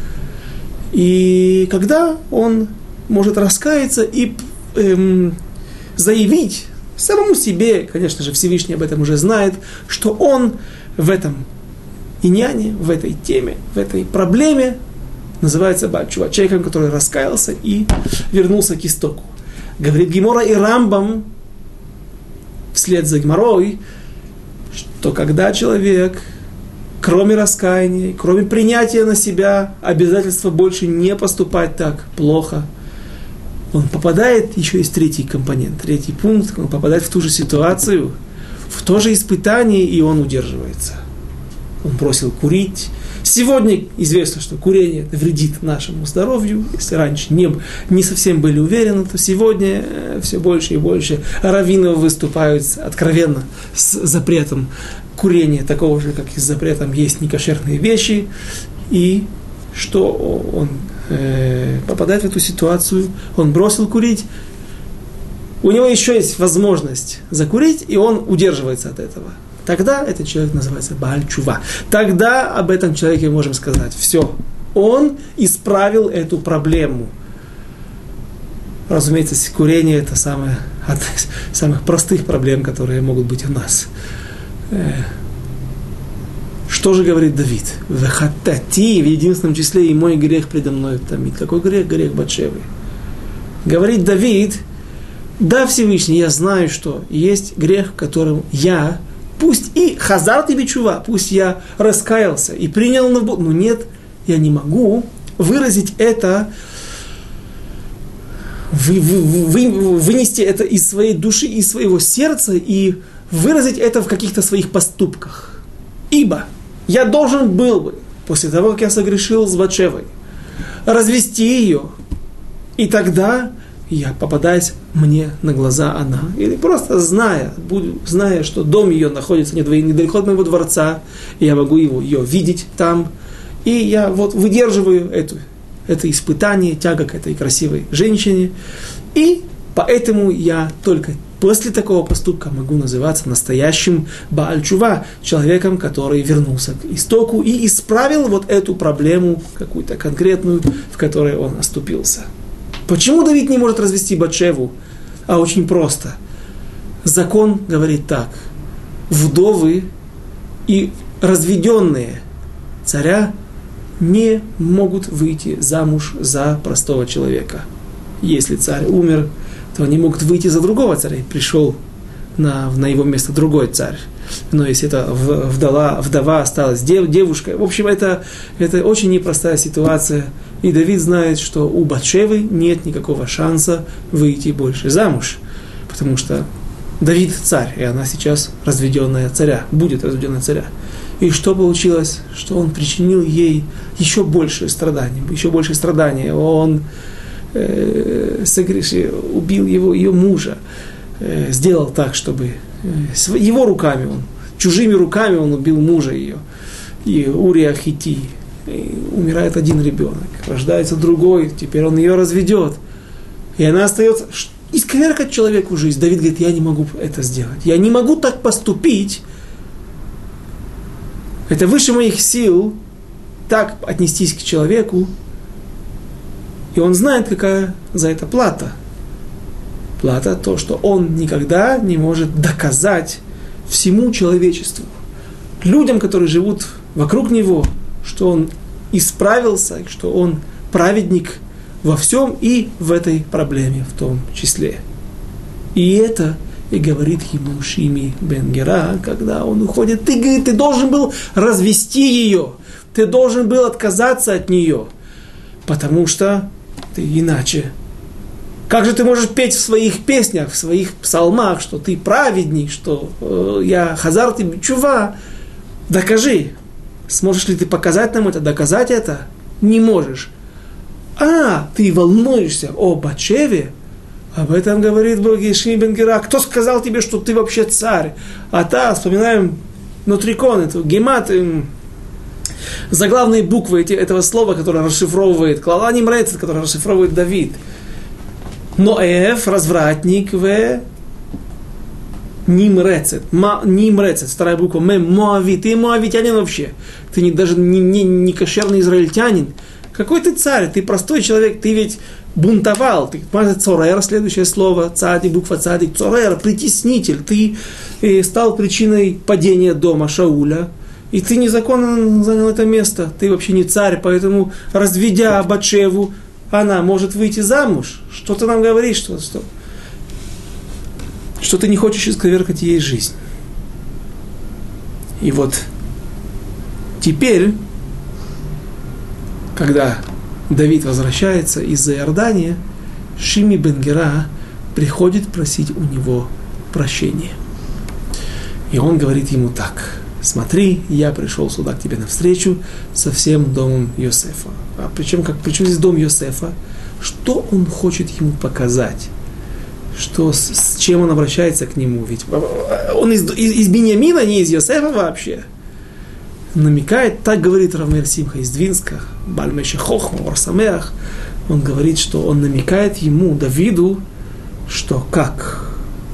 И когда он может раскаяться и эм, заявить самому себе, конечно же, Всевышний об этом уже знает, что он в этом иньяне, в этой теме, в этой проблеме называется Бааль Чува, человеком, который раскаялся и вернулся к истоку. Говорит Гемора и Рамбам, вслед за Геморой, что когда человек, кроме раскаяния, кроме принятия на себя обязательства больше не поступать так плохо, он попадает, еще есть третий компонент, третий пункт, он попадает в ту же ситуацию, в то же испытание, и он удерживается. Он бросил курить. Сегодня известно, что курение вредит нашему здоровью. Если раньше не, не совсем были уверены, то сегодня все больше и больше раввинов выступают откровенно с запретом курения, такого же, как и с запретом есть некошерные вещи. И что он э, попадает в эту ситуацию, он бросил курить, у него еще есть возможность закурить, и он удерживается от этого. Тогда этот человек называется Бааль Чува. Тогда об этом человеке можем сказать: все, он исправил эту проблему. Разумеется, курение – это самая, одна из самых простых проблем, которые могут быть у нас. Что же говорит Давид? «Вехатати» в единственном числе, и мой грех предо мной томит. Какой грех? Грех Батшевы. Говорит Давид: да, Всевышний, я знаю, что есть грех, которым я, пусть и хазар тебе чува, пусть я раскаялся и принял на Бога, но нет, я не могу выразить это, вы, вы, вы, вынести это из своей души, из своего сердца и выразить это в каких-то своих поступках. Ибо я должен был бы, после того, как я согрешил с Батшевой, развести ее, и тогда я попадаюсь мне на глаза она. Или просто зная, буду, зная, что дом ее находится недалеко от моего дворца, и я могу его, ее видеть там, и я вот выдерживаю эту, это испытание, тяга к этой красивой женщине, и поэтому я только после такого поступка могу называться настоящим Бааль Чува, человеком, который вернулся к истоку и исправил вот эту проблему, какую-то конкретную, в которой он оступился. Почему Давид не может развести Батшеву? А очень просто. Закон говорит так: вдовы и разведенные царя не могут выйти замуж за простого человека. Если царь умер, то они могут выйти за другого царя. Пришел на, на его место другой царь. Но если это вдова, вдова осталась дев, девушкой, в общем, это, это очень непростая ситуация. И Давид знает, что у Батшевы нет никакого шанса выйти больше замуж. Потому что Давид царь, и она сейчас разведенная царя, будет разведенная царя. И что получилось? Что он причинил ей еще большее страдание, еще больше страдания. Он э, согрешил, убил его, ее мужа, э, сделал так, чтобы э, его руками, он, чужими руками он убил мужа ее, и Урия Хити. И умирает один ребенок, рождается другой, теперь он ее разведет. И она остается исковеркать человеку жизнь. Давид говорит: я не могу это сделать. Я не могу так поступить. Это выше моих сил так отнестись к человеку. И он знает, какая за это плата. Плата то, что он никогда не может доказать всему человечеству, людям, которые живут вокруг него, что он исправился, что он праведник во всем и в этой проблеме в том числе. И это и говорит ему Шими бен Гера, когда он уходит, ты, говорит, ты должен был развести ее, ты должен был отказаться от нее, потому что ты иначе. Как же ты можешь петь в своих песнях, в своих псалмах, что ты праведник, что э, я хазар тебе чува? Докажи. Сможешь ли ты показать нам это, доказать это? Не можешь. А, ты волнуешься о Батшеве? Об этом говорит Шими бен Гера. Кто сказал тебе, что ты вообще царь? А та, вспоминаем нутрикон, эту гемат, заглавные буквы эти, этого слова, которое расшифровывает Клала Нимрецет, которое расшифровывает Давид. Ноэф, развратник, в Нимрецет. Нимрецет, вторая буква Мем, Моавит. Ты моавитянин вообще. Ты не, даже не, не, не кошерный израильтянин. Какой ты царь? Ты простой человек. Ты ведь бунтовал. Ты, цорер, следующее слово. Цадик, буква цадик. Цорер, притеснитель. Ты э, стал причиной падения дома Шауля. И ты незаконно занял это место. Ты вообще не царь. Поэтому, разведя Батшеву, она может выйти замуж. Что ты нам говоришь? Что, что, что ты не хочешь исковеркать ей жизнь. И вот теперь, когда Давид возвращается из-за Иордания, Шими бен Гера приходит просить у него прощения. И он говорит ему так: смотри, я пришел сюда к тебе навстречу со всем домом Йосефа. А причем, как, причем здесь дом Йосефа? Что он хочет ему показать? Что, с, с чем он обращается к нему? Ведь он из, из, из Биньямина, не из Йосефа вообще. Намекает, так говорит Рав Меир Симха из Двинска, Баль Меше Хохма, Ор Самеах. Он говорит, что он намекает ему, Давиду, что как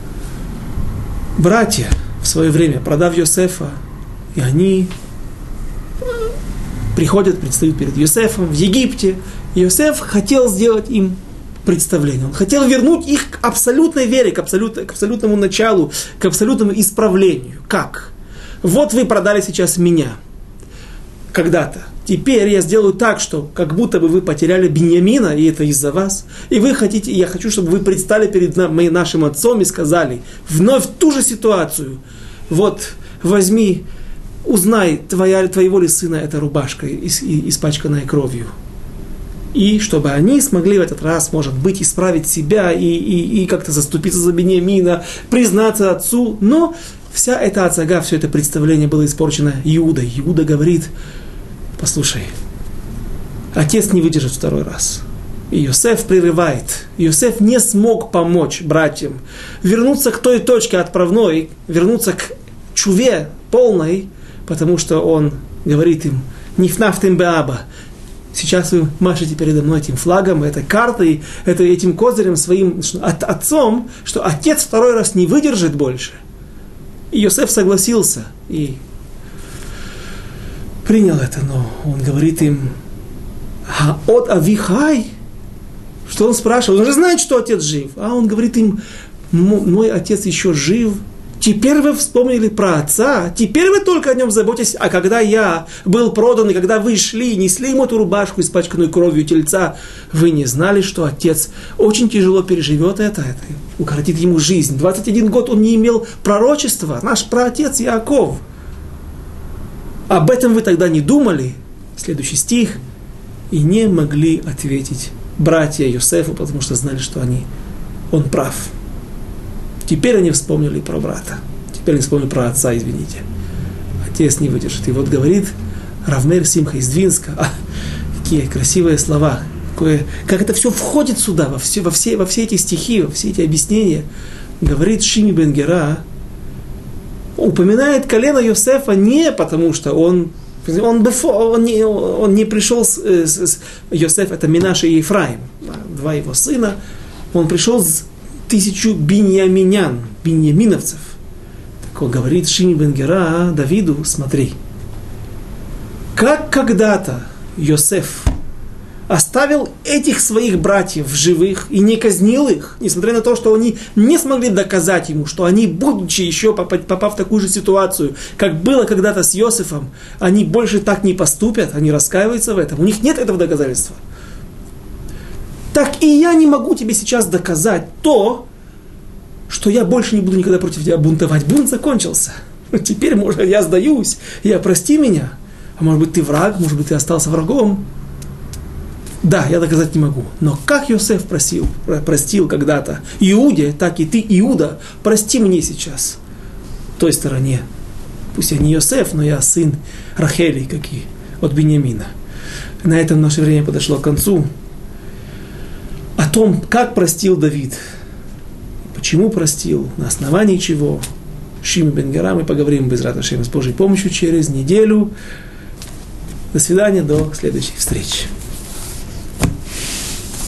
братья в свое время, продав Йосефа, и они приходят, предстают перед Йосефом в Египте. Йосеф хотел сделать им представление. Он хотел вернуть их к абсолютной вере, к, абсолют, к абсолютному началу, к абсолютному исправлению. Как? Вот вы продали сейчас меня когда-то. Теперь я сделаю так, что как будто бы вы потеряли Биньямина, и это из-за вас. И вы хотите, и я хочу, чтобы вы предстали перед нашим отцом и сказали вновь ту же ситуацию. Вот, возьми, узнай, твоя, твоего ли сына эта рубашка, испачканная кровью. И чтобы они смогли в этот раз, может быть, исправить себя и, и, и как-то заступиться за Биньямина, признаться отцу. Но вся эта ацага, все это представление было испорчено Иудой. Иуда говорит: послушай, отец не выдержит второй раз. И Йосеф прерывает. Йосеф не смог помочь братьям вернуться к той точке отправной, вернуться к чуве полной, потому что он говорит им: «Нифнафтем беаба». Сейчас вы машете передо мной этим флагом, этой картой, это, этим козырем своим от, отцом, что отец второй раз не выдержит больше. И Йосеф согласился и принял это, но он говорит им: «А от Авихай?» Что он спрашивает? Он же знает, что отец жив. А он говорит им: «Мой отец еще жив. Теперь вы вспомнили про отца, теперь вы только о нем заботитесь, а когда я был продан, и когда вы шли, несли ему эту рубашку, испачканную кровью тельца, вы не знали, что отец очень тяжело переживет это, это укоротит ему жизнь. двадцать один год он не имел пророчества, наш праотец Иаков. Об этом вы тогда не думали?» Следующий стих. «И не могли ответить братья Йосефу, потому что знали, что они, он прав». Теперь они вспомнили про брата. Теперь они вспомнили про отца, извините. Отец не выдержит. И вот говорит Рав Меир Симха из Двинска. А, какие красивые слова. Какое, как это все входит сюда, во все, во, все, во все эти стихи, во все эти объяснения. Говорит Шими бен Гера, упоминает колено Йосефа не потому, что он, он, он, не, он не пришел с, с, с Йосеф, это Минаше и Ефраим, два его сына. Он пришел с тысячу биньяминян, биньяминовцев. Так он говорит Шими бен Гера Давиду: смотри, как когда-то Йосеф оставил этих своих братьев в живых и не казнил их, несмотря на то, что они не смогли доказать ему, что они, будучи еще попав в такую же ситуацию, как было когда-то с Иосифом, они больше так не поступят, они раскаиваются в этом, у них нет этого доказательства. Так и я не могу тебе сейчас доказать то, что я больше не буду никогда против тебя бунтовать. Бунт закончился. Теперь, может, я сдаюсь, я прости меня. А может быть, ты враг, может быть, ты остался врагом. Да, я доказать не могу. Но как Йосеф просил, простил когда-то Иуде, так и ты, Иуда, прости мне сейчас. В той стороне. Пусть я не Йосеф, но я сын Рахели, как и от Биньямина. На этом наше время подошло к концу. О том, как простил Давид, почему простил, на основании чего, Шими бен Гера, мы поговорим без Раташема с Божьей помощью через неделю. До свидания, до следующих встреч.